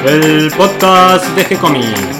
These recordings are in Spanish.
el podcast de G-Comics.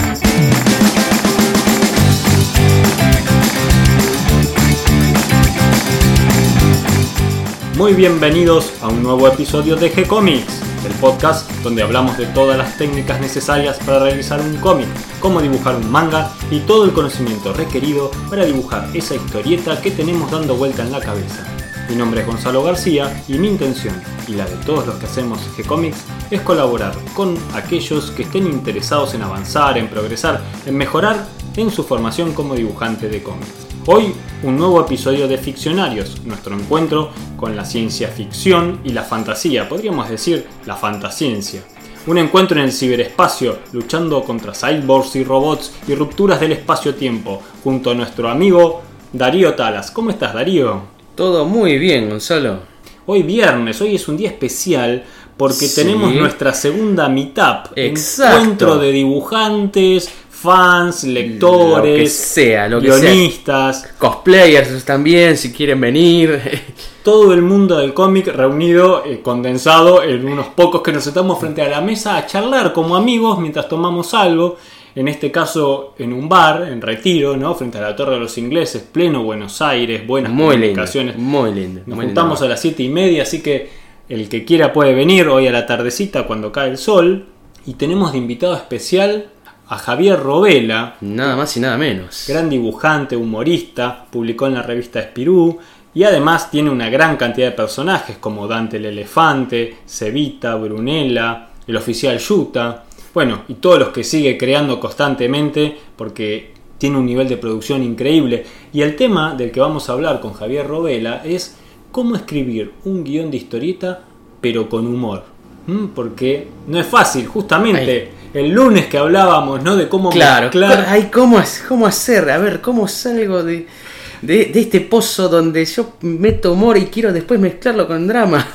Muy bienvenidos a un nuevo episodio de G-Comics, el podcast donde hablamos de todas las técnicas necesarias para realizar un cómic, cómo dibujar un manga y todo el conocimiento requerido para dibujar esa historieta que tenemos dando vuelta en la cabeza. Mi nombre es Gonzalo García y mi intención, y la de todos los que hacemos G-Comics, es colaborar con aquellos que estén interesados en avanzar, en progresar, en mejorar en su formación como dibujante de cómics. Hoy, un nuevo episodio de Ficcionarios, nuestro encuentro con la ciencia ficción y la fantasía, podríamos decir la fantasciencia. Un encuentro en el ciberespacio, luchando contra cyborgs y robots y rupturas del espacio-tiempo, junto a nuestro amigo Darío Talas. ¿Cómo estás, Darío? Todo muy bien, Gonzalo. Hoy viernes, hoy es un día especial porque tenemos nuestra segunda meetup. Exacto. Encuentro de dibujantes, fans, lectores, guionistas, cosplayers también, si quieren venir. Todo el mundo del cómic reunido, condensado en unos pocos que nos sentamos frente a la mesa a charlar como amigos mientras tomamos algo. En este caso en un bar, en Retiro, ¿no? Frente a la Torre de los Ingleses, pleno Buenos Aires, buenas comunicaciones. Muy lindo. Nos juntamos a las 7:30, así que el que quiera puede venir hoy a la tardecita cuando cae el sol. Y tenemos de invitado especial a Javier Robela. Nada más y nada menos. Gran dibujante, humorista, publicó en la revista Spirú. Y además tiene una gran cantidad de personajes como Dante el Elefante, Cevita, Brunella, el oficial Yuta. Bueno, y todos los que sigue creando constantemente porque tiene un nivel de producción increíble. Y el tema del que vamos a hablar con Javier Robela es cómo escribir un guión de historieta pero con humor. Porque no es fácil, justamente el lunes que hablábamos, ¿no? De cómo mezclar. ¿Cómo hacer? A ver, ¿cómo salgo de este pozo donde yo meto humor y quiero después mezclarlo con drama?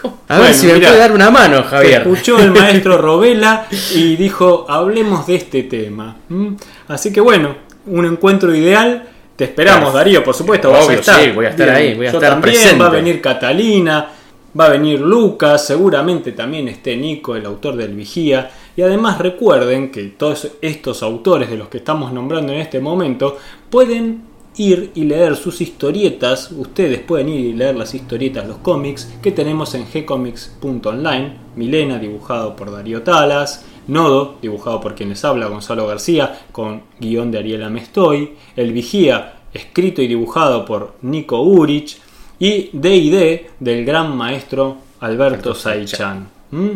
A ver si me puede dar una mano, Javier. Escuchó el maestro Robela y dijo, hablemos de este tema. Así que bueno, un encuentro ideal. Te esperamos, Darío, por supuesto. Obvio, vas a estar. Sí, voy a estar ahí, voy a estar también, presente. Va a venir Catalina, va a venir Lucas, seguramente también esté Nico, el autor del Vigía. Y además recuerden que todos estos autores de los que estamos nombrando en este momento pueden ir y leer sus historietas. Ustedes pueden ir y leer las historietas, los cómics que tenemos en gcomics.online. Milena, dibujado por Darío Talas. Nodo, dibujado por quien les habla, Gonzalo García, con guión de Ariel Amestoy. El Vigía, escrito y dibujado por Nico Urich. Y D&D del gran maestro Alberto Saichan.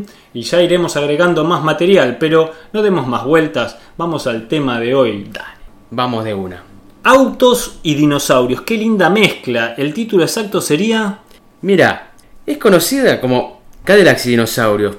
Y ya iremos agregando más material, pero no demos más vueltas. Vamos al tema de hoy. Dale, vamos de una. Autos y dinosaurios, qué linda mezcla. El título exacto sería... Mira, es conocida como Cadillacs y dinosaurios,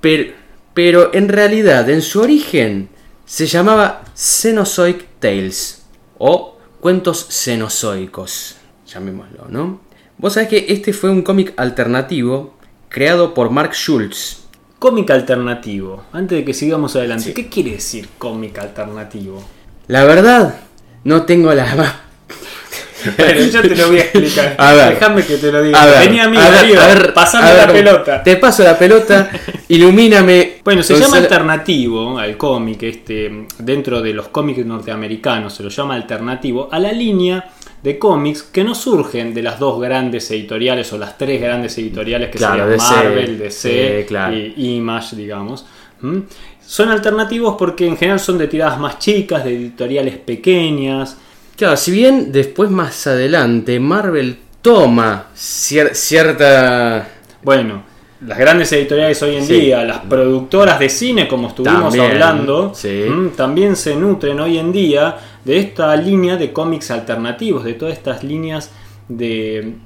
pero en realidad en su origen se llamaba Cenozoic Tales o cuentos cenozoicos, llamémoslo, ¿no? Vos sabés que este fue un cómic alternativo creado por Mark Schultz. Cómic alternativo, antes de que sigamos adelante, sí. ¿Qué quiere decir cómic alternativo? La verdad, no tengo la más... Bueno, yo te lo voy a explicar. A ver, déjame que te lo diga. Vení a mí, Darío, pasame la pelota. Te paso la pelota, ilumíname. Bueno, se llama alternativo al cómic, dentro de los cómics norteamericanos se lo llama alternativo a la línea de cómics que no surgen de las dos grandes editoriales o las tres grandes editoriales que serían DC, Marvel, DC y Image, digamos. Son alternativos porque en general son de tiradas más chicas, de editoriales pequeñas. Claro, si bien después más adelante Marvel toma cierta... Bueno, las grandes editoriales hoy en día, las productoras de cine, como estuvimos hablando, también se nutren hoy en día de esta línea de cómics alternativos, de todas estas líneas de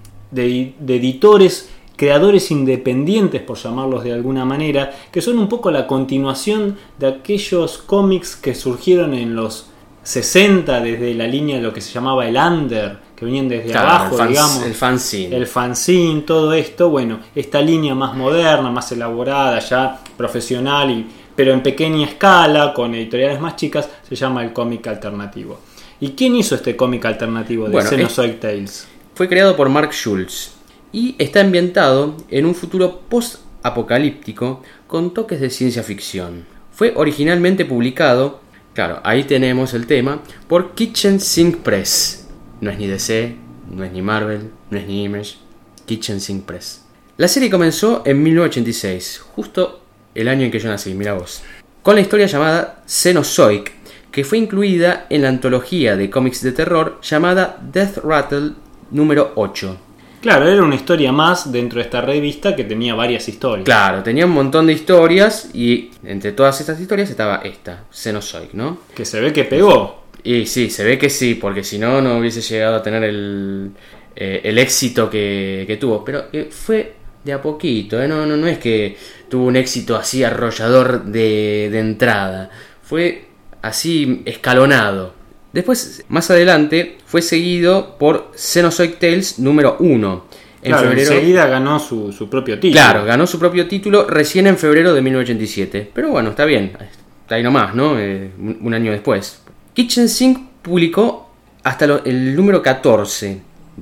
editores, creadores independientes, por llamarlos de alguna manera, que son un poco la continuación de aquellos cómics que surgieron en los 60 desde la línea de lo que se llamaba el under, que venían desde abajo, digamos. El fanzine. El fanzine, todo esto. Bueno, esta línea más moderna, más elaborada, ya profesional, pero en pequeña escala, con editoriales más chicas, se llama el cómic alternativo. ¿Y quién hizo este cómic alternativo de Cenozoic Tales? Fue creado por Mark Schultz y está ambientado en un futuro post apocalíptico con toques de ciencia ficción. Fue originalmente publicado, claro, ahí tenemos el tema, por Kitchen Sink Press. No es ni DC, no es ni Marvel, no es ni Image, Kitchen Sink Press. La serie comenzó en 1986, justo el año en que yo nací, mira vos, con la historia llamada Cenozoic, que fue incluida en la antología de cómics de terror llamada Death Rattle número 8. Claro, era una historia más dentro de esta revista que tenía varias historias. Claro, tenía un montón de historias y entre todas estas historias estaba esta, Cenozoic, ¿no? Que se ve que pegó. Y sí, se ve que sí, porque si no, no hubiese llegado a tener el éxito que tuvo. Pero fue de a poquito, no es que tuvo un éxito así arrollador de entrada. Fue así escalonado. Después, más adelante, fue seguido por Cenozoic Tales número 1. Enseguida ganó su propio título. Claro, ganó su propio título recién en febrero de 1987. Pero bueno, está bien, está ahí nomás, ¿no? Un año después. Kitchen Sink publicó hasta el número 14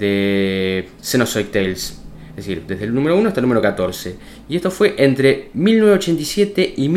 de Cenozoic Tales. Es decir, desde el número 1 hasta el número 14. Y esto fue entre 1987 y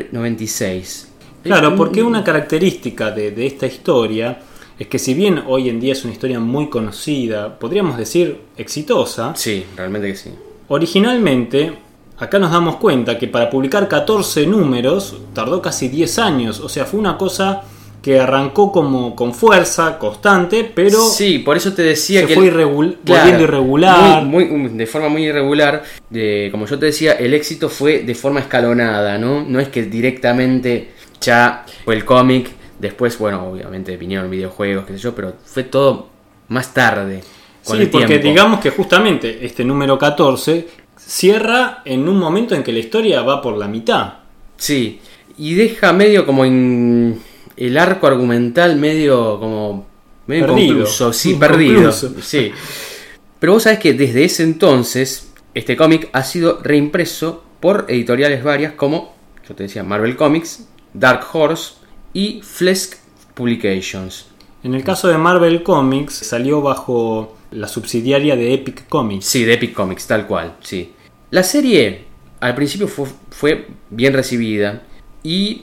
1996. Claro, porque una característica de esta historia es que si bien hoy en día es una historia muy conocida, podríamos decir exitosa. Sí, realmente que sí. Originalmente, acá nos damos cuenta que para publicar 14 números tardó casi 10 años. O sea, fue una cosa que arrancó como con fuerza, constante, pero sí, por eso te decía que fue volviendo irregular. De forma muy irregular. Como yo te decía, el éxito fue de forma escalonada, ¿no? No es que directamente ya fue el cómic, después, bueno, obviamente vinieron videojuegos, qué sé yo, pero fue todo más tarde. Sí, porque digamos que justamente este número 14 cierra en un momento en que la historia va por la mitad. Sí, y deja medio como en el arco argumental medio perdido. Inconcluso, sí, perdido. Sí. Pero vos sabés que desde ese entonces este cómic ha sido reimpreso por editoriales varias como, yo te decía, Marvel Comics, Dark Horse y Flesk Publications. En el caso de Marvel Comics salió bajo la subsidiaria de Epic Comics. Sí, de Epic Comics, tal cual, sí. La serie al principio fue bien recibida y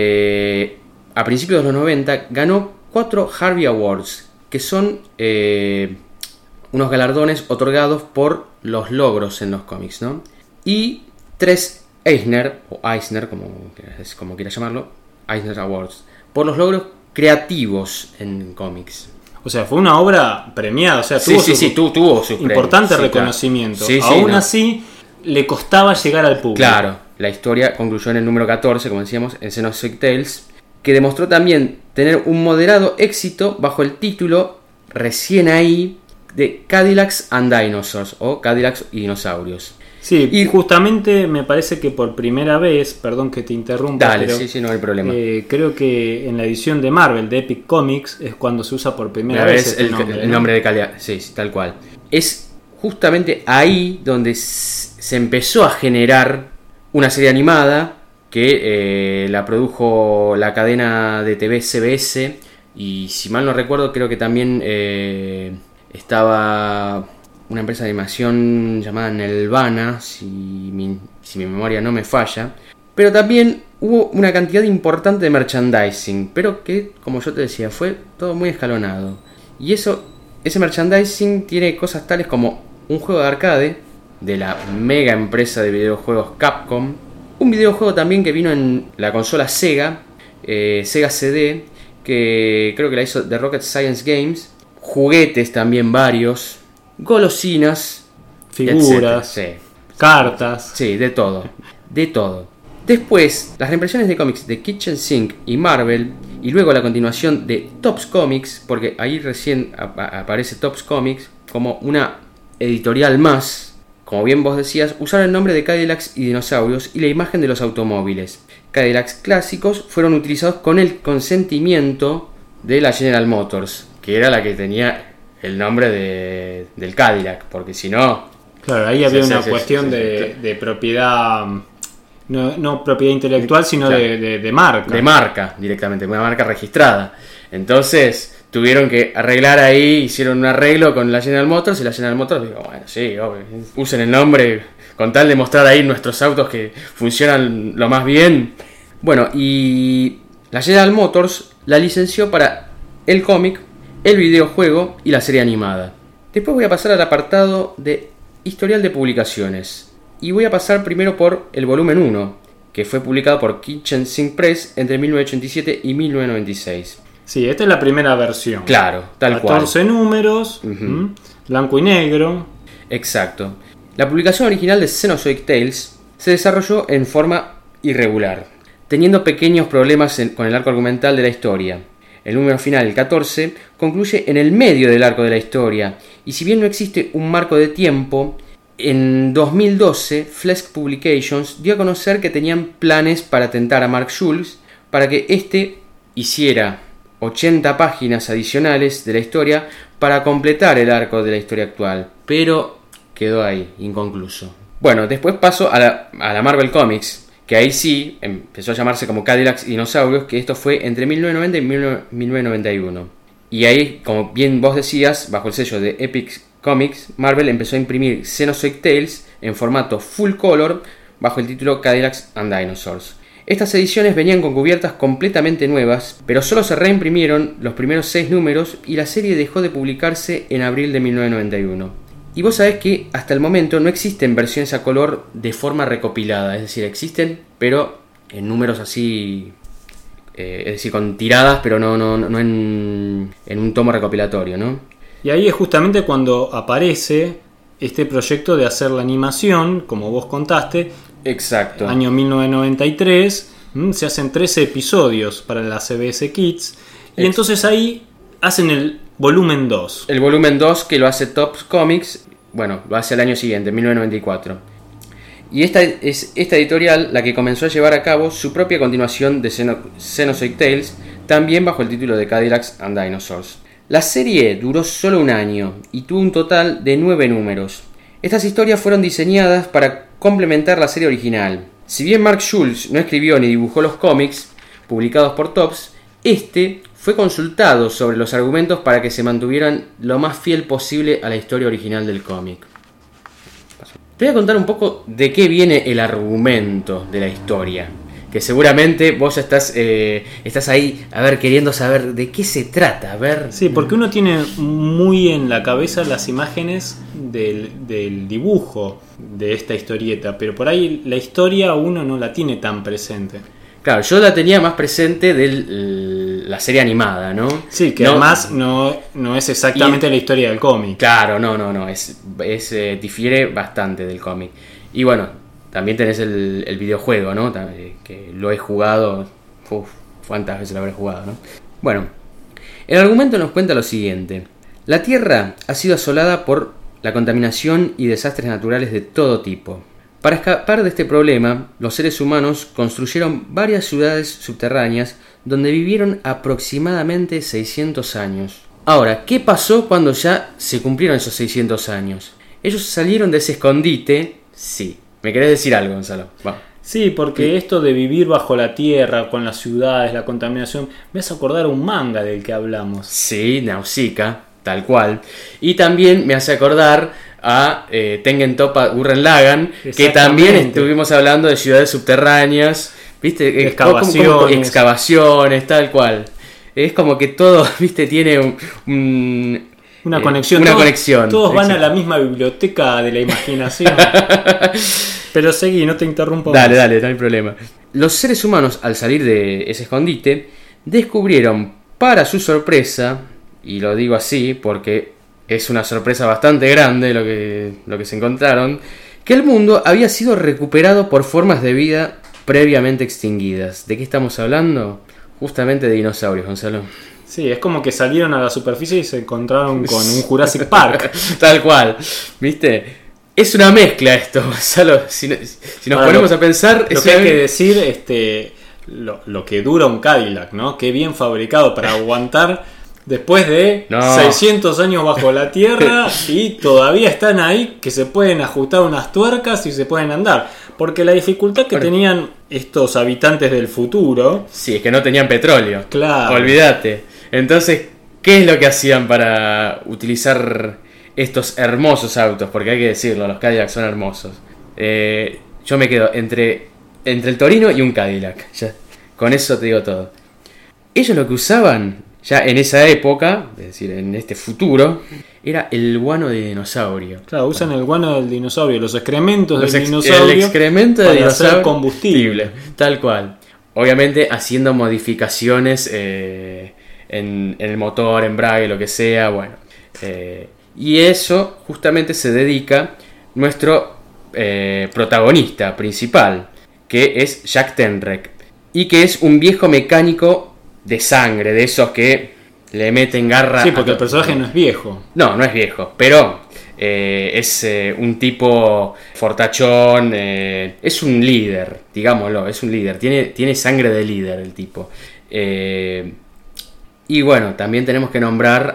a principios de los 90 ganó 4 Harvey Awards, que son unos galardones otorgados por los logros en los cómics, ¿no? Y 3 Eisner, o Eisner, como quieras llamarlo, Eisner Awards, por los logros creativos en cómics. O sea, fue una obra premiada, o sea, tuvo su importante reconocimiento. Claro. Aún así, le costaba llegar al público. Claro, la historia concluyó en el número 14, como decíamos, en Cenozoic Tales, que demostró también tener un moderado éxito bajo el título, recién ahí, de Cadillacs and Dinosaurs, o Cadillacs y Dinosaurios. Sí, y justamente me parece que por primera vez, perdón que te interrumpa, dale, pero sí, no hay problema. Creo que en la edición de Marvel, de Epic Comics, es cuando se usa por primera vez el nombre de calidad, sí, tal cual. Es justamente ahí donde se empezó a generar una serie animada que la produjo la cadena de TV CBS, y si mal no recuerdo creo que también estaba una empresa de animación llamada Nelvana, si mi memoria no me falla. Pero también hubo una cantidad importante de merchandising, pero que, como yo te decía, fue todo muy escalonado. Y ese merchandising tiene cosas tales como un juego de arcade de la mega empresa de videojuegos Capcom, un videojuego también que vino en la consola Sega, Sega CD, que creo que la hizo The Rocket Science Games, juguetes también varios, golosinas, figuras, cartas, sí, de todo. Después, las reimpresiones de cómics de Kitchen Sink y Marvel, y luego la continuación de Topps Comics, porque ahí recién aparece Topps Comics como una editorial más, como bien vos decías, usaron el nombre de Cadillacs y Dinosaurios y la imagen de los automóviles. Cadillacs clásicos fueron utilizados con el consentimiento de la General Motors, que era la que tenía el nombre del Cadillac, porque si no... Claro, ahí había una cuestión de propiedad, no propiedad intelectual, sino claro, de marca. De marca, directamente, una marca registrada. Entonces tuvieron que arreglar ahí, hicieron un arreglo con la General Motors, y la General Motors dijo, bueno, sí, usen el nombre con tal de mostrar ahí nuestros autos que funcionan lo más bien. Bueno, y la General Motors la licenció para el cómic, el videojuego y la serie animada. Después voy a pasar al apartado de historial de publicaciones. Y voy a pasar primero por el volumen 1, que fue publicado por Kitchen Sink Press entre 1987 y 1996. Sí, esta es la primera versión. Claro, tal cual. 14 números, blanco y negro. Exacto. La publicación original de Xenozoic Tales se desarrolló en forma irregular, teniendo pequeños problemas con el arco argumental de la historia. El número final, el 14, concluye en el medio del arco de la historia, y si bien no existe un marco de tiempo, en 2012 Flesk Publications dio a conocer que tenían planes para tentar a Mark Schultz para que éste hiciera 80 páginas adicionales de la historia para completar el arco de la historia actual, pero quedó ahí, inconcluso. Bueno, después pasó a la Marvel Comics, que ahí sí empezó a llamarse como Cadillacs y Dinosaurios, que esto fue entre 1990 y 1991. Y ahí, como bien vos decías, bajo el sello de Epic Comics, Marvel empezó a imprimir Xenozoic Tales en formato full color bajo el título Cadillacs and Dinosaurs. Estas ediciones venían con cubiertas completamente nuevas, pero solo se reimprimieron los primeros 6 números y la serie dejó de publicarse en abril de 1991. Y vos sabés que hasta el momento no existen versiones a color de forma recopilada, es decir, existen, pero en números así, es decir, con tiradas, pero no en un tomo recopilatorio, ¿no? Y ahí es justamente cuando aparece este proyecto de hacer la animación, como vos contaste. Exacto. Año 1993, se hacen 13 episodios para la CBS Kids, y entonces ahí hacen el volumen 2. El volumen 2 que lo hace Topps Comics, bueno, lo hace el año siguiente, 1994. Y esta es esta editorial la que comenzó a llevar a cabo su propia continuación de Xenozoic Tales, también bajo el título de Cadillacs and Dinosaurs. La serie duró solo un año y tuvo un total de 9 números. Estas historias fueron diseñadas para complementar la serie original. Si bien Mark Schultz no escribió ni dibujó los cómics publicados por Topps, este fue consultado sobre los argumentos para que se mantuvieran lo más fiel posible a la historia original del cómic. Te voy a contar un poco de qué viene el argumento de la historia, que seguramente vos ya estás ahí, a ver, queriendo saber de qué se trata, a ver. Sí, porque uno tiene muy en la cabeza las imágenes del dibujo de esta historieta, pero por ahí la historia uno no la tiene tan presente. Claro, yo la tenía más presente de la serie animada, ¿no? Sí, que además no es exactamente la historia del cómic. Claro, no, difiere bastante del cómic. Y bueno, también tenés el videojuego, ¿no? Que lo he jugado, cuántas veces lo habré jugado, ¿no? Bueno, el argumento nos cuenta lo siguiente. La Tierra ha sido asolada por la contaminación y desastres naturales de todo tipo. Para escapar de este problema, los seres humanos construyeron varias ciudades subterráneas donde vivieron aproximadamente 600 años. Ahora, ¿qué pasó cuando ya se cumplieron esos 600 años? Ellos salieron de ese escondite. Sí. ¿Me querés decir algo, Gonzalo? Va. Sí, porque esto de vivir bajo la tierra, con las ciudades, la contaminación, me hace acordar a un manga del que hablamos. Sí, Nausicaa, tal cual. Y también me hace acordar a Tengen Toppa Gurren Lagann, que también estuvimos hablando de ciudades subterráneas, ¿viste? Excavaciones, tal cual. Es como que todo, ¿viste? Tiene una conexión. Todos van a la misma biblioteca de la imaginación. Pero seguí, no te interrumpo. Dale, no hay problema. Los seres humanos, al salir de ese escondite, descubrieron, para su sorpresa, y lo digo así porque es una sorpresa bastante grande lo que se encontraron, que el mundo había sido recuperado por formas de vida previamente extinguidas. ¿De qué estamos hablando? Justamente de dinosaurios, Gonzalo. Sí, es como que salieron a la superficie y se encontraron con un Jurassic Park. Tal cual, ¿viste? Es una mezcla esto, Gonzalo. Si nos ponemos a pensar... Lo que hay que decir, lo que dura un Cadillac, ¿no? Qué bien fabricado para aguantar... Después de 600 años bajo la tierra y todavía están ahí, que se pueden ajustar unas tuercas y se pueden andar. Porque la dificultad que tenían estos habitantes del futuro... Sí, es que no tenían petróleo. Claro. Olvídate. Entonces, ¿qué es lo que hacían para utilizar estos hermosos autos? Porque hay que decirlo, los Cadillacs son hermosos. Yo me quedo entre el Torino y un Cadillac. Ya, con eso te digo todo. Ellos lo que usaban ya en esa época, es decir, en este futuro, era el guano de dinosaurio. Claro, usan el guano del dinosaurio, los excrementos del dinosaurio. El excremento para del dinosaurio. hacer combustible. Tal cual. Obviamente haciendo modificaciones en el motor, embrague, lo que sea. Bueno. Y eso justamente se dedica nuestro protagonista principal, que es Jack Tenrek. Y que es un viejo mecánico de sangre, de esos que le meten garra. Sí, porque el personaje no es viejo. No es viejo, pero es un tipo fortachón, es un líder, digámoslo, es un líder, tiene sangre de líder el tipo. Y bueno, también tenemos que nombrar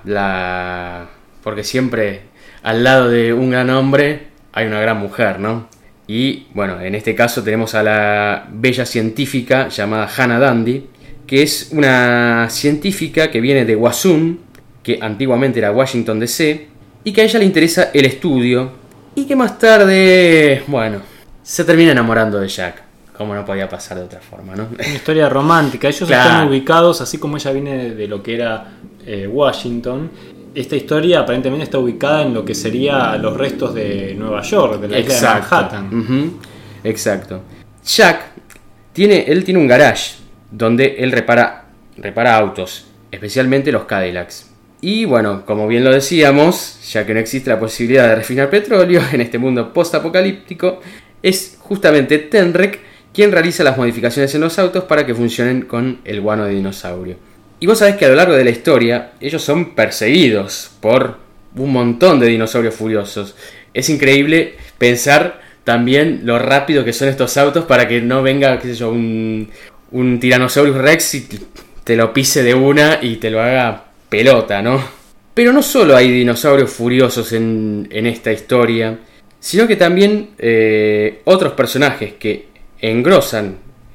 porque siempre al lado de un gran hombre hay una gran mujer, ¿no? Y bueno, en este caso tenemos a la bella científica llamada Hannah Dandy, que es una científica que viene de Wasum, que antiguamente era Washington DC, y que a ella le interesa el estudio, y que más tarde, bueno, se termina enamorando de Jack, como no podía pasar de otra forma, ¿no? Una historia romántica, ellos están ubicados, así como ella viene de lo que era Washington. Esta historia aparentemente está ubicada en lo que sería los restos de Nueva York, de la isla de Manhattan. Uh-huh. Exacto. Jack tiene un garage donde él repara autos, especialmente los Cadillacs. Y bueno, como bien lo decíamos, ya que no existe la posibilidad de refinar petróleo en este mundo post-apocalíptico, es justamente Tenrek quien realiza las modificaciones en los autos para que funcionen con el guano de dinosaurio. Y vos sabés que a lo largo de la historia ellos son perseguidos por un montón de dinosaurios furiosos. Es increíble pensar también lo rápido que son estos autos para que no venga, qué sé yo, un Tyrannosaurus Rex y te lo pise de una y te lo haga pelota, ¿no? Pero no solo hay dinosaurios furiosos en esta historia, sino que también otros personajes que engrosan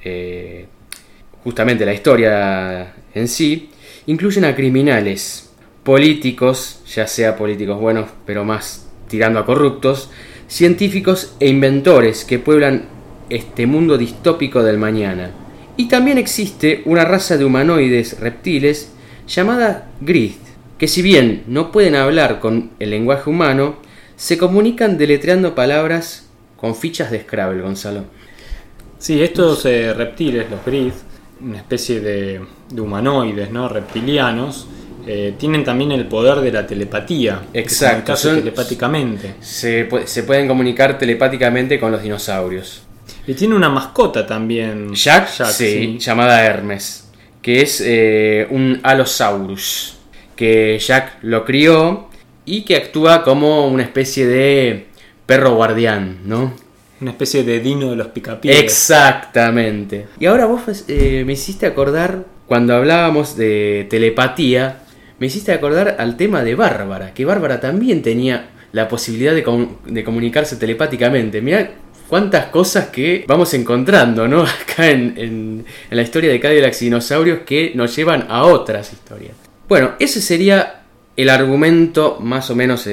justamente la historia en sí, incluyen a criminales, políticos, ya sea políticos buenos, pero más tirando a corruptos, científicos e inventores que pueblan este mundo distópico del mañana. Y también existe una raza de humanoides reptiles llamada Grith, que si bien no pueden hablar con el lenguaje humano, se comunican deletreando palabras con fichas de Scrabble, Gonzalo. Sí, estos reptiles, los Grith, una especie de humanoides, ¿no? Reptilianos, tienen también el poder de la telepatía. Exacto. Telepáticamente. Se pueden comunicar telepáticamente con los dinosaurios. Y tiene una mascota también. Jack, sí, llamada Hermes, que es un Allosaurus, que Jack lo crió y que actúa como una especie de perro guardián, ¿no? Una especie de Dino de los Picapiedras. Exactamente. Y ahora vos me hiciste acordar, cuando hablábamos de telepatía, me hiciste acordar al tema de Bárbara, que Bárbara también tenía la posibilidad de comunicarse telepáticamente. Mirá cuántas cosas que vamos encontrando, ¿no? Acá en la historia de Cadillacs y dinosaurios que nos llevan a otras historias. Bueno, ese sería el argumento más o menos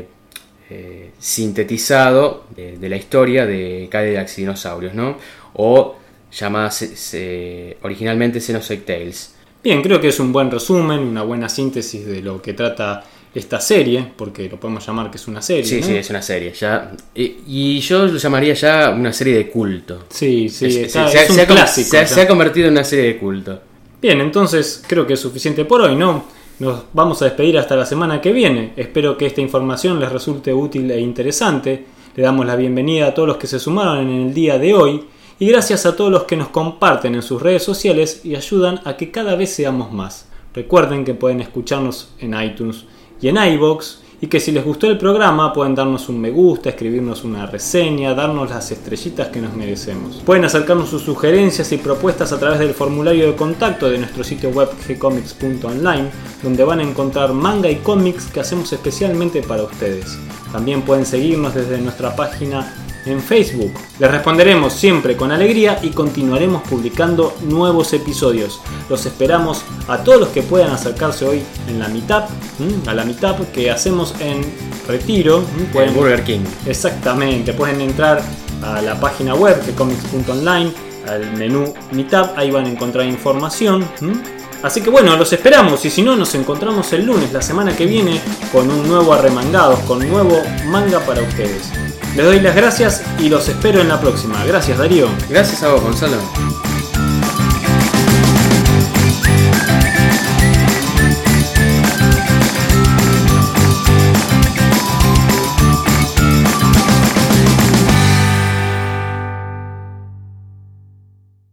sintetizado de la historia de Cadillacs y dinosaurios, ¿no? O llamada originalmente Xenozoic Tales. Bien, creo que es un buen resumen, una buena síntesis de lo que trata esta serie, porque lo podemos llamar que es una serie, sí, ¿no? Sí, es una serie. Ya, y yo lo llamaría ya una serie de culto. Sí, es un clásico. Se ha convertido en una serie de culto. Bien, entonces creo que es suficiente por hoy, ¿no? Nos vamos a despedir hasta la semana que viene. Espero que esta información les resulte útil e interesante. Le damos la bienvenida a todos los que se sumaron en el día de hoy. Y gracias a todos los que nos comparten en sus redes sociales y ayudan a que cada vez seamos más. Recuerden que pueden escucharnos en iTunes y en iVoox. Y que si les gustó el programa pueden darnos un me gusta, escribirnos una reseña, darnos las estrellitas que nos merecemos. Pueden acercarnos sus sugerencias y propuestas a través del formulario de contacto de nuestro sitio web gcomics.online, donde van a encontrar manga y cómics que hacemos especialmente para ustedes. También pueden seguirnos desde nuestra página en Facebook. Les responderemos siempre con alegría y continuaremos publicando nuevos episodios. Los esperamos a todos los que puedan acercarse hoy en la meetup, a la meetup que hacemos en Retiro. Pueden Burger King. Exactamente, pueden entrar a la página web de comics.online, al menú Meetup, ahí van a encontrar información. Así que bueno, los esperamos, y si no, nos encontramos el lunes, la semana que viene, con un nuevo Arremangados, con nuevo manga para ustedes. Les doy las gracias y los espero en la próxima. Gracias, Darío. Gracias a vos, Gonzalo.